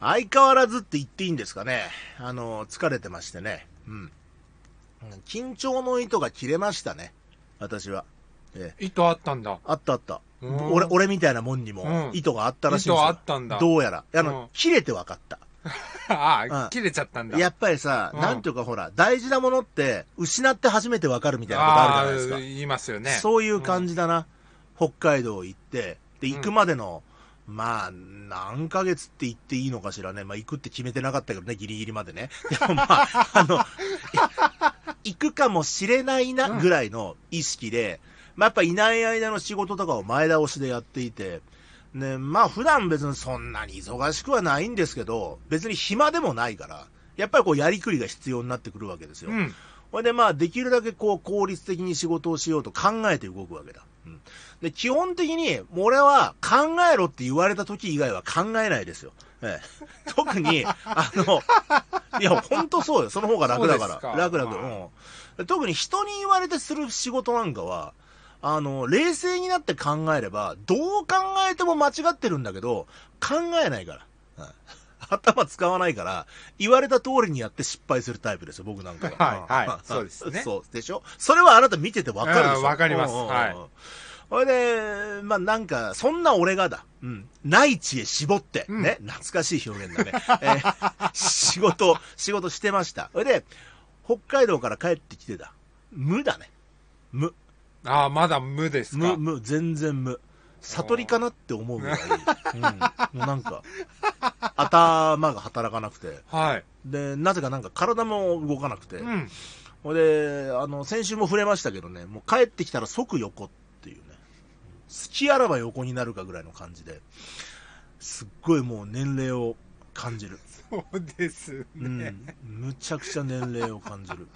相変わらずって言っていいんですかね。疲れてましてね。うん。緊張の糸が切れましたね。私は。 糸あったんだ。 あったあった。俺みたいなもんにも糸があったらしいんですよ。 糸あったんだ。 どうやら。切れて分かった。 切れちゃったんだ。 やっぱりさ、なんていうかほら、大事なものって失って初めて分かるみたいなことあるじゃないですか。 言いますよね。 そういう感じだな。北海道行って、で、行くまでの、まあ、何ヶ月って言っていいのかしらね。まあ、行くって決めてなかったけどね、ギリギリまでね。でもまあ、行くかもしれないな、ぐらいの意識で、まあ、やっぱいない間の仕事とかを前倒しでやっていて、ね、まあ、普段別にそんなに忙しくはないんですけど、別に暇でもないから、やっぱりこう、やりくりが必要になってくるわけですよ。これでまあ、できるだけこう、効率的に仕事をしようと考えて動くわけだ。で、基本的に、俺は考えろって言われた時以外は考えないですよ。特に、いや、ほんとそうよ。その方が楽だから。楽。特に人に言われてする仕事なんかは、冷静になって考えれば、どう考えても間違ってるんだけど、考えないから。頭使わないから、言われた通りにやって失敗するタイプですよ、僕なんかは。 はい、そうですね。 そうでしょ？それはあなた見ててわかるでしょ？ わかります。はい。 それで、まあなんか、そんな俺がだ。内地へ絞って、ね、懐かしい表現だね。仕事してました。それで、北海道から帰ってきてだ。無だね。無。 まだ無ですか？ 全然無。悟りかなって思うぐらい。もうなんか、頭が働かなくて。 はい。 で、なぜかなんか体も動かなくて。で、先週も触れましたけどね、もう帰ってきたら即横っていうね。隙あらば横になるかぐらいの感じで、すっごいもう年齢を感じる。 そうですね。 むちゃくちゃ年齢を感じる。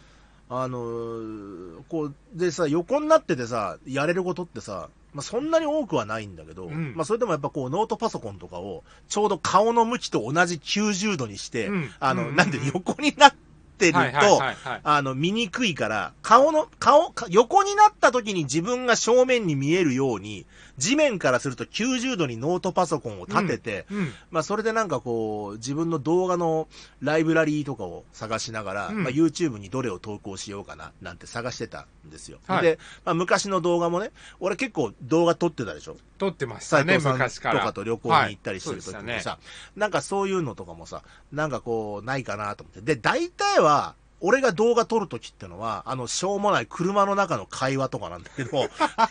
こう、でさ、横になっててさ、やれることってさ、まあ、そんなに多くはないんだけど、まあ、それでもやっぱこう、ノートパソコンとかを、ちょうど顔の向きと同じ90度にして、なんで横になってると、見にくいから、横になった時に自分が正面に見えるように、地面からすると90度にノートパソコンを立てて、まあそれでなんかこう、自分の動画のライブラリーとかを探しながら、まあ YouTube にどれを投稿しようかな、なんて探してたんですよ。で、まあ昔の動画もね、俺結構動画撮ってたでしょ？ 撮ってましたね、 昔から。とかと旅行に行ったりしてる時にさ、なんかそういうのとかもさ、なんかこう、ないかなと思って。で、大体は、俺が動画撮るときってのは、しょうもない車の中の会話とかなんだけど、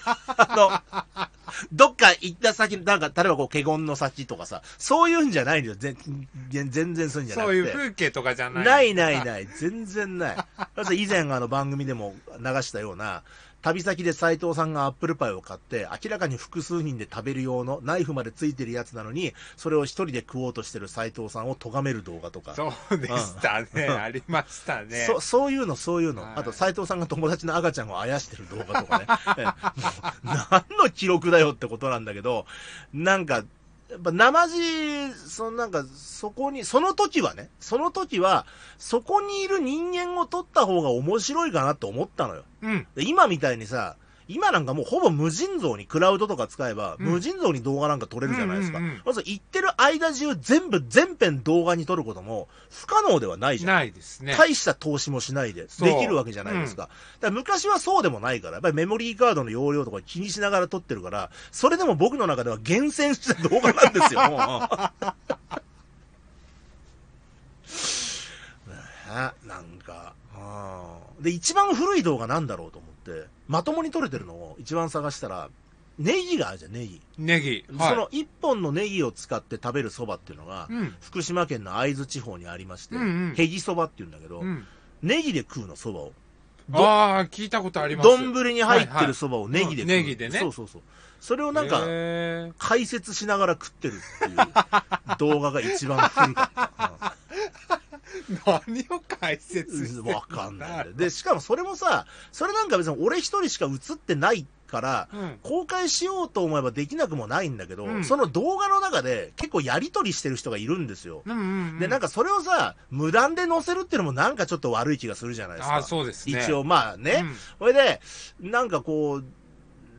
どっか行った先、なんか、例えばこう、華厳の先とかさ、そういうんじゃないんだよ。全然そういうんじゃなくて。 そういう風景とかじゃない。 ない。全然ない。以前番組でも流したような、旅先で斉藤さんがアップルパイを買って、明らかに複数人で食べる用のナイフまでついてるやつなのに、それを一人で食おうとしてる斉藤さんを咎める動画とか。 そうでしたね。ありましたね。 そういうの。あと、斉藤さんが友達の赤ちゃんをあやしてる動画とかね。何の記録だよってことなんだけど、なんか、やっぱ生地、その時は、そこにいる人間を撮った方が面白いかなと思ったのよ。今みたいにさ、今なんかもうほぼ無尽蔵にクラウドとか使えば、無尽蔵に動画なんか撮れるじゃないですか。まず言ってる間中全編動画に撮ることも不可能ではないじゃん。 ないですね。 大した投資もしないでできるわけじゃないですか。だから昔はそうでもないから、やっぱりメモリーカードの容量とか気にしながら撮ってるから、それでも僕の中では厳選した動画なんですよ。なんか、で、一番古い動画なんだろうと思って、まともに撮れてるのを一番探したら、ネギがあるじゃん、ネギ。その一本のネギを使って食べるそばっていうのが、福島県の会津地方にありまして、へぎそばっていうんだけど、ネギで食うの、そばを。 聞いたことあります。 丼に入ってるそばをネギで食う。 ネギでね。 そう。それをなんか、解説しながら食ってるっていう動画が一番古かった。 何を解説してわかんない。で、しかもそれもさ、それなんか別に俺一人しか映ってないから、公開しようと思えばできなくもないんだけど、その動画の中で結構やりとりしてる人がいるんですよ。で、なんかそれをさ、無断で載せるっていうのもなんかちょっと悪い気がするじゃないですか。 そうですね。 一応まあね。それで、なんかこう、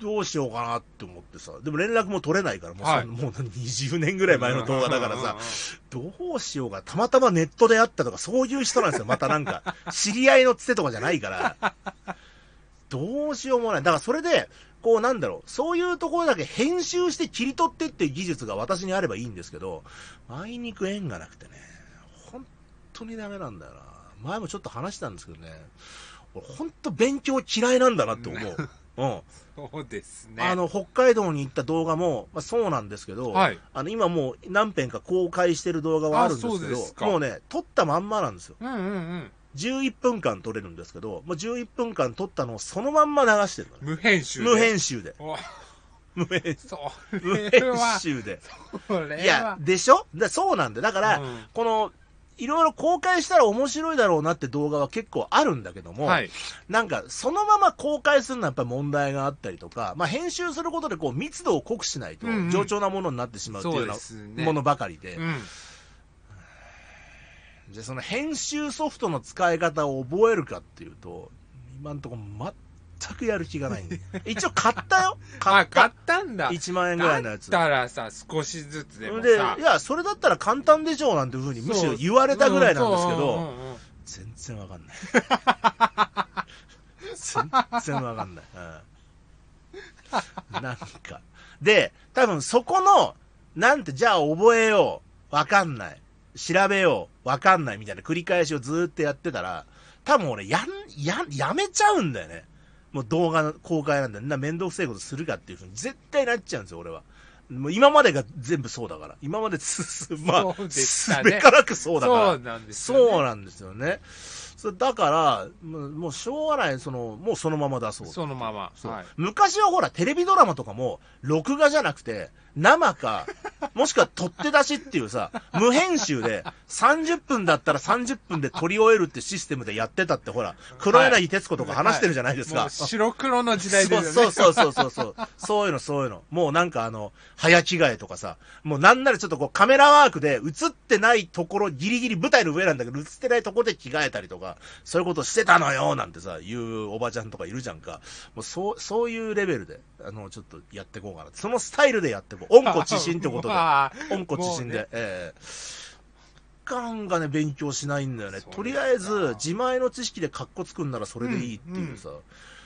どうしようかなって思ってさ。でも連絡も取れないから、もう、 はいもう20年ぐらい前の動画だからさ、どうしようか。たまたまネットで会ったとか、そういう人なんですよ。またなんか、知り合いのつてとかじゃないから。どうしようもない。だからそれで、こうなんだろう、そういうところだけ編集して切り取ってっていう技術が私にあればいいんですけど、あいにく縁がなくてね、本当にダメなんだよな。前もちょっと話したんですけどね、俺本当勉強嫌いなんだなって思う。うん。 そうですね。 北海道に行った動画も、まあ、そうなんですけど、 はい、 今もう何編か公開してる動画はあるんですけど、もうね、撮ったまんまなんですよ。11分間撮れるんですけど、もう11分間撮ったのをそのまんま流してるの、ね。 無編集で。 無編集で。無編集で。いや、でしょそうなんだ。だから、この、いろいろ公開したら面白いだろうなって動画は結構あるんだけども、はい、なんかそのまま公開するのはやっぱり問題があったりとか、まあ、編集することでこう密度を濃くしないと冗長なものになってしまうっていうようなものばかりで、じゃあその編集ソフトの使い方を覚えるかっていうと、今んとこ全くやる気がないんで。一応買ったよ。 買ったんだ。 1万円ぐらいのやつ。 だったらさ、少しずつでもさ。 で、いや、それだったら簡単でしょうなんていうふうにむしろ言われたぐらいなんですけど、全然わかんない。全然わかんない。なんか。で、多分そこの、なんて、じゃあ覚えよう。わかんない。調べよう。わかんないみたいな繰り返しをずーっとやってたら、多分俺やめちゃうんだよね。もう動画の公開なんだ。めんどくせえことするかっていうふうに絶対なっちゃうんですよ、俺は。もう今までが全部そうだから。今までまあ、すべからくそうだから。 そうなんですよね。 そうなんですよね。だから、もうしょうがない、もうそのまま出そう。 そのまま。 はい、昔はほら、テレビドラマとかも、録画じゃなくて、生か、もしくは取って出しっていうさ、無編集で、30分だったら30分で撮り終えるってシステムでやってたってほら、黒柳徹子とか話してるじゃないですか。 もう白黒の時代ですよね。そう。そういうの。もうなんか早着替えとかさ、もうなんならちょっとこうカメラワークで映ってないところ、ギリギリ舞台の上なんだけど、映ってないところで着替えたりとか、そういうことしてたのよなんてさ、言うおばちゃんとかいるじゃんか。もうそういうレベルで、ちょっとやっていこうかな。そのスタイルでやっていこう。温故知新ってことで。温故知新で。感がね、勉強しないんだよね。とりあえず、自前の知識でカッコつくんならそれでいいっていうさ。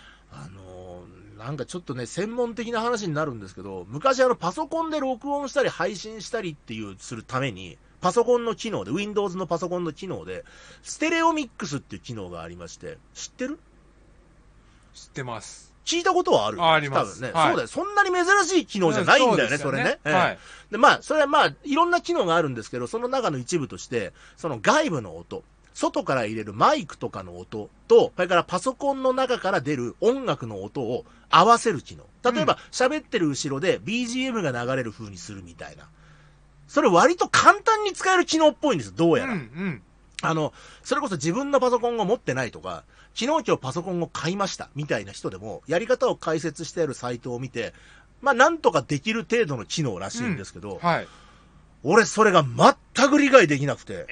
なんかちょっとね、専門的な話になるんですけど、昔パソコンで録音したり配信したりっていうするために、パソコンの機能で、Windows のパソコンの機能で、ステレオミックスっていう機能がありまして、知ってる？ 知ってます。 聞いたことはある？ あります。 多分ね、はい。そうだよ。そんなに珍しい機能じゃないんだよね、それね。はい。で、まあ、それはまあ、いろんな機能があるんですけど、その中の一部として、その外部の音、外から入れるマイクとかの音と、それからパソコンの中から出る音楽の音を合わせる機能。例えば、喋ってる後ろで BGM が流れる風にするみたいな。それ割と簡単に使える機能っぽいんですよ、どうやら。それこそ自分のパソコンを持ってないとか、昨日今日パソコンを買いましたみたいな人でも、やり方を解説してあるサイトを見て、まあなんとかできる程度の機能らしいんですけど、はい、俺それが全く理解できなくて、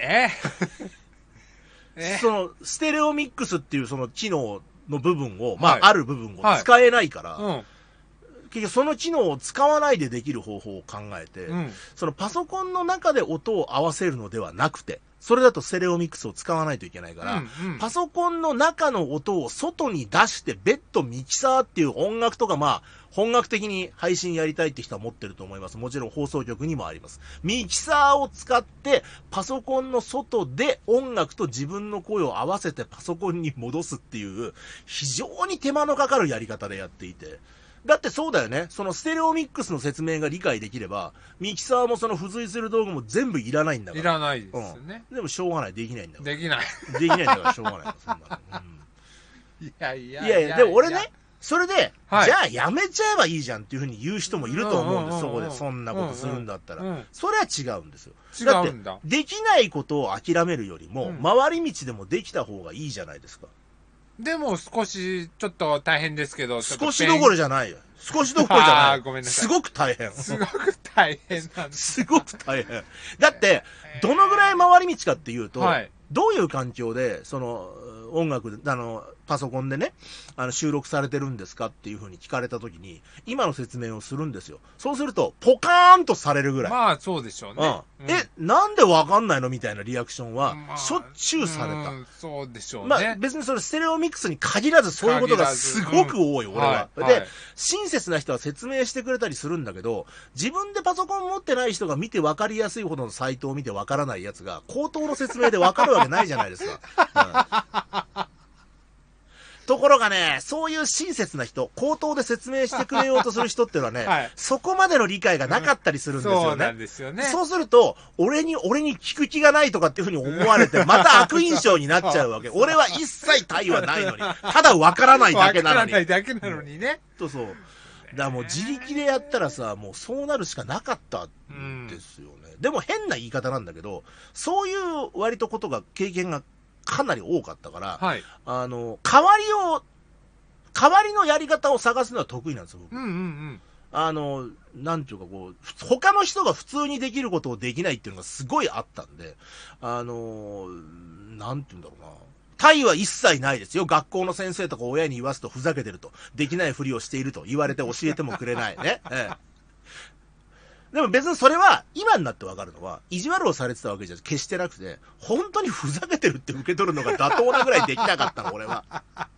そのステレオミックスっていうその機能の部分を、まあある部分を使えないから、結局その機能を使わないでできる方法を考えて、そのパソコンの中で音を合わせるのではなくて、それだとステレオミックスを使わないといけないから、パソコンの中の音を外に出して別途ミキサーっていう音楽とかまあ、本格的に配信やりたいって人は持ってると思います。もちろん放送局にもあります。ミキサーを使ってパソコンの外で音楽と自分の声を合わせてパソコンに戻すっていう非常に手間のかかるやり方でやっていて、だってそうだよね。そのステレオミックスの説明が理解できれば、ミキサーもその付随する道具も全部いらないんだから。 いらないですよね。 でもしょうがない。できないんだから。 できない。 できないんだからしょうがない。そんなの。 いや、 でも俺ね、それで、じゃあやめちゃえばいいじゃんっていうふうに言う人もいると思うんです、そこで。そんなことするんだったら。それは違うんですよ。 違うんだ。 だって、できないことを諦めるよりも、回り道でもできた方がいいじゃないですか。 でも少し、ちょっと大変ですけど、 少しどころじゃないよ。少しどころじゃない。 ごめんなさい。 すごく大変。 すごく大変なんです。 すごく大変。だって、どのぐらい回り道かっていうと、どういう環境で、その、音楽、 パソコンでね、収録されてるんですかっていう風に聞かれた時に、今の説明をするんですよ。そうすると、ポカーンとされるぐらい。 まあ、そうでしょうね。 なんでわかんないのみたいなリアクションは、しょっちゅうされた。 そうでしょうね。 まあ、別にそれステレオミックスに限らずそういうことがすごく多い、俺は。で、親切な人は説明してくれたりするんだけど、自分でパソコン持ってない人が見てわかりやすいほどのサイトを見てわからないやつが、口頭の説明でわかるわけないじゃないですか。ところがね、そういう親切な人、口頭で説明してくれようとする人っていうのはね、そこまでの理解がなかったりするんですよね。 そうなんですよね。 そうすると、俺に聞く気がないとかっていうふうに思われて、また悪印象になっちゃうわけ。俺は一切対はないのに、ただわからないだけなのに。 わからないだけなのにね。 そう。だからもう自力でやったらさ、もうそうなるしかなかったんですよね。でも変な言い方なんだけど、そういう割と経験がかなり多かったから、代わりのやり方を探すのは得意なんですよ、僕。なんていうか他の人が普通にできることをできないっていうのがすごいあったんで、なんていうんだろうな。対は一切ないですよ。学校の先生とか親に言わすとふざけてると。できないふりをしていると言われて教えてもくれないね。でも別にそれは、今になってわかるのは、意地悪をされてたわけじゃ決してなくて、本当にふざけてるって受け取るのが妥当なぐらいできなかったの、俺は。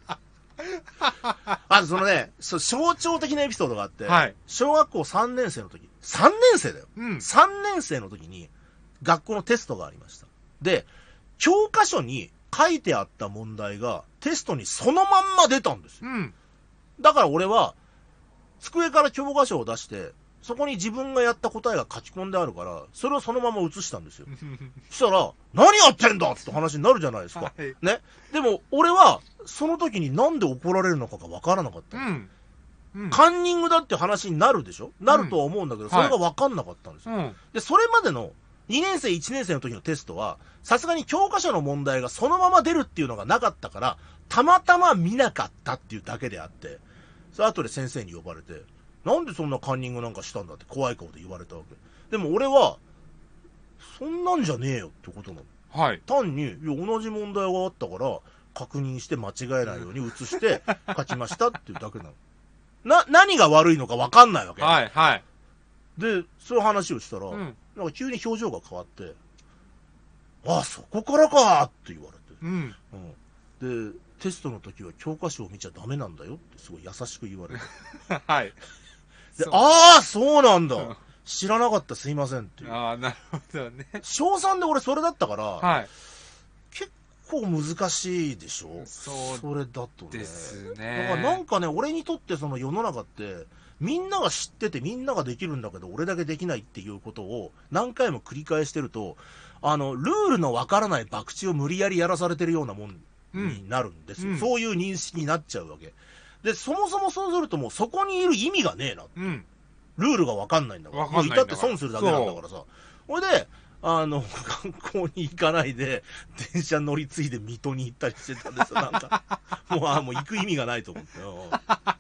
あと象徴的なエピソードがあって、小学校3年生の時、3年生だよ。3年生の時に、学校のテストがありました。で、教科書に書いてあった問題が、テストにそのまんま出たんですよ。だから俺は、机から教科書を出して、そこに自分がやった答えが書き込んであるから、それをそのまま写したんですよ。そしたら、何やってんだって話になるじゃないですか。ね。でも、俺は、その時になんで怒られるのかがわからなかった。カンニングだって話になるでしょ？なるとは思うんだけど、それがわかんなかったんですよ。で、それまでの2年生、1年生の時のテストは、さすがに教科書の問題がそのまま出るっていうのがなかったから、たまたま見なかったっていうだけであって、それ後で先生に呼ばれて、なんでそんなカンニングなんかしたんだって怖い顔で言われたわけ。でも俺は、そんなんじゃねえよってことなの。単に、同じ問題があったから、確認して間違えないように写して書きましたっていうだけなの。何が悪いのか分かんないわけ。で、そういう話をしたら、なんか急に表情が変わって、ああ、そこからかって言われて。で、テストの時は教科書を見ちゃダメなんだよってすごい優しく言われて。で、ああ、そうなんだ。知らなかった、すいませんっていう。 ああ、なるほどね。 小3で俺それだったから、結構難しいでしょ？それだとね。 ですね。 だからなんかね、俺にとってその世の中って、みんなが知っててみんなができるんだけど、俺だけできないっていうことを何回も繰り返してると、ルールのわからない博打を無理やりやらされてるようなもんになるんですよ。そういう認識になっちゃうわけ。で、そもそもそうするともうそこにいる意味がねえな。ルールがわかんないんだから。もういたって損するだけなんだからさ。ほいで、学校に行かないで、電車乗り継いで水戸に行ったりしてたんですよ、なんか。もう行く意味がないと思ってよ。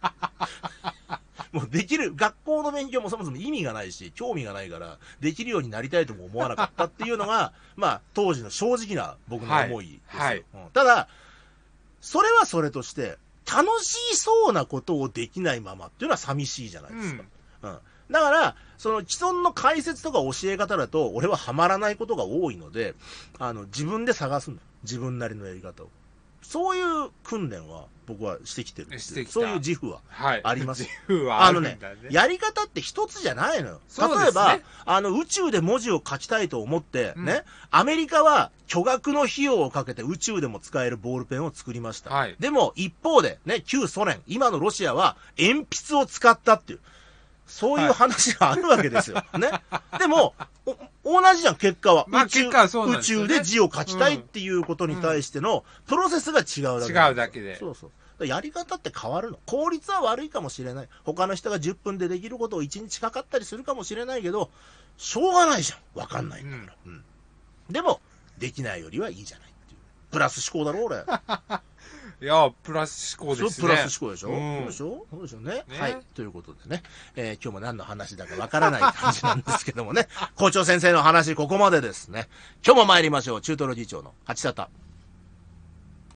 もうできる、学校の勉強もそもそも意味がないし、興味がないから、できるようになりたいとも思わなかったっていうのが、まあ、当時の正直な僕の思いですよ。ただ、それはそれとして、楽しそうなことをできないままっていうのは寂しいじゃないですか。だから、その既存の解説とか教え方だと、俺はハマらないことが多いので、自分で探すの。自分なりのやり方を。そういう訓練は僕はしてきてるんですよ。そういう自負はあります。 自負はあるんだね。 やり方って一つじゃないのよ。例えば、宇宙で文字を書きたいと思って、ね、アメリカは巨額の費用をかけて宇宙でも使えるボールペンを作りました。でも一方で、ね、旧ソ連、今のロシアは鉛筆を使ったっていう。そういう話があるわけですよ。ね。でも、同じじゃん、結果は。宇宙で字を書きたいっていうことに対しての、プロセスが違うだけ。 違うだけで。 そうそう。やり方って変わるの。効率は悪いかもしれない。他の人が10分でできることを1日かかったりするかもしれないけど、しょうがないじゃん。わかんないんだから。でも、できないよりはいいじゃないっていう。プラス思考だろ、俺。 いや、プラス思考ですね。 プラス思考でしょ、そうでしょそうでしょね。はい。ということでね、今日も何の話だかわからない感じなんですけどもね、校長先生の話ここまでですね。今日も参りましょう。中トロ議長の八沙汰。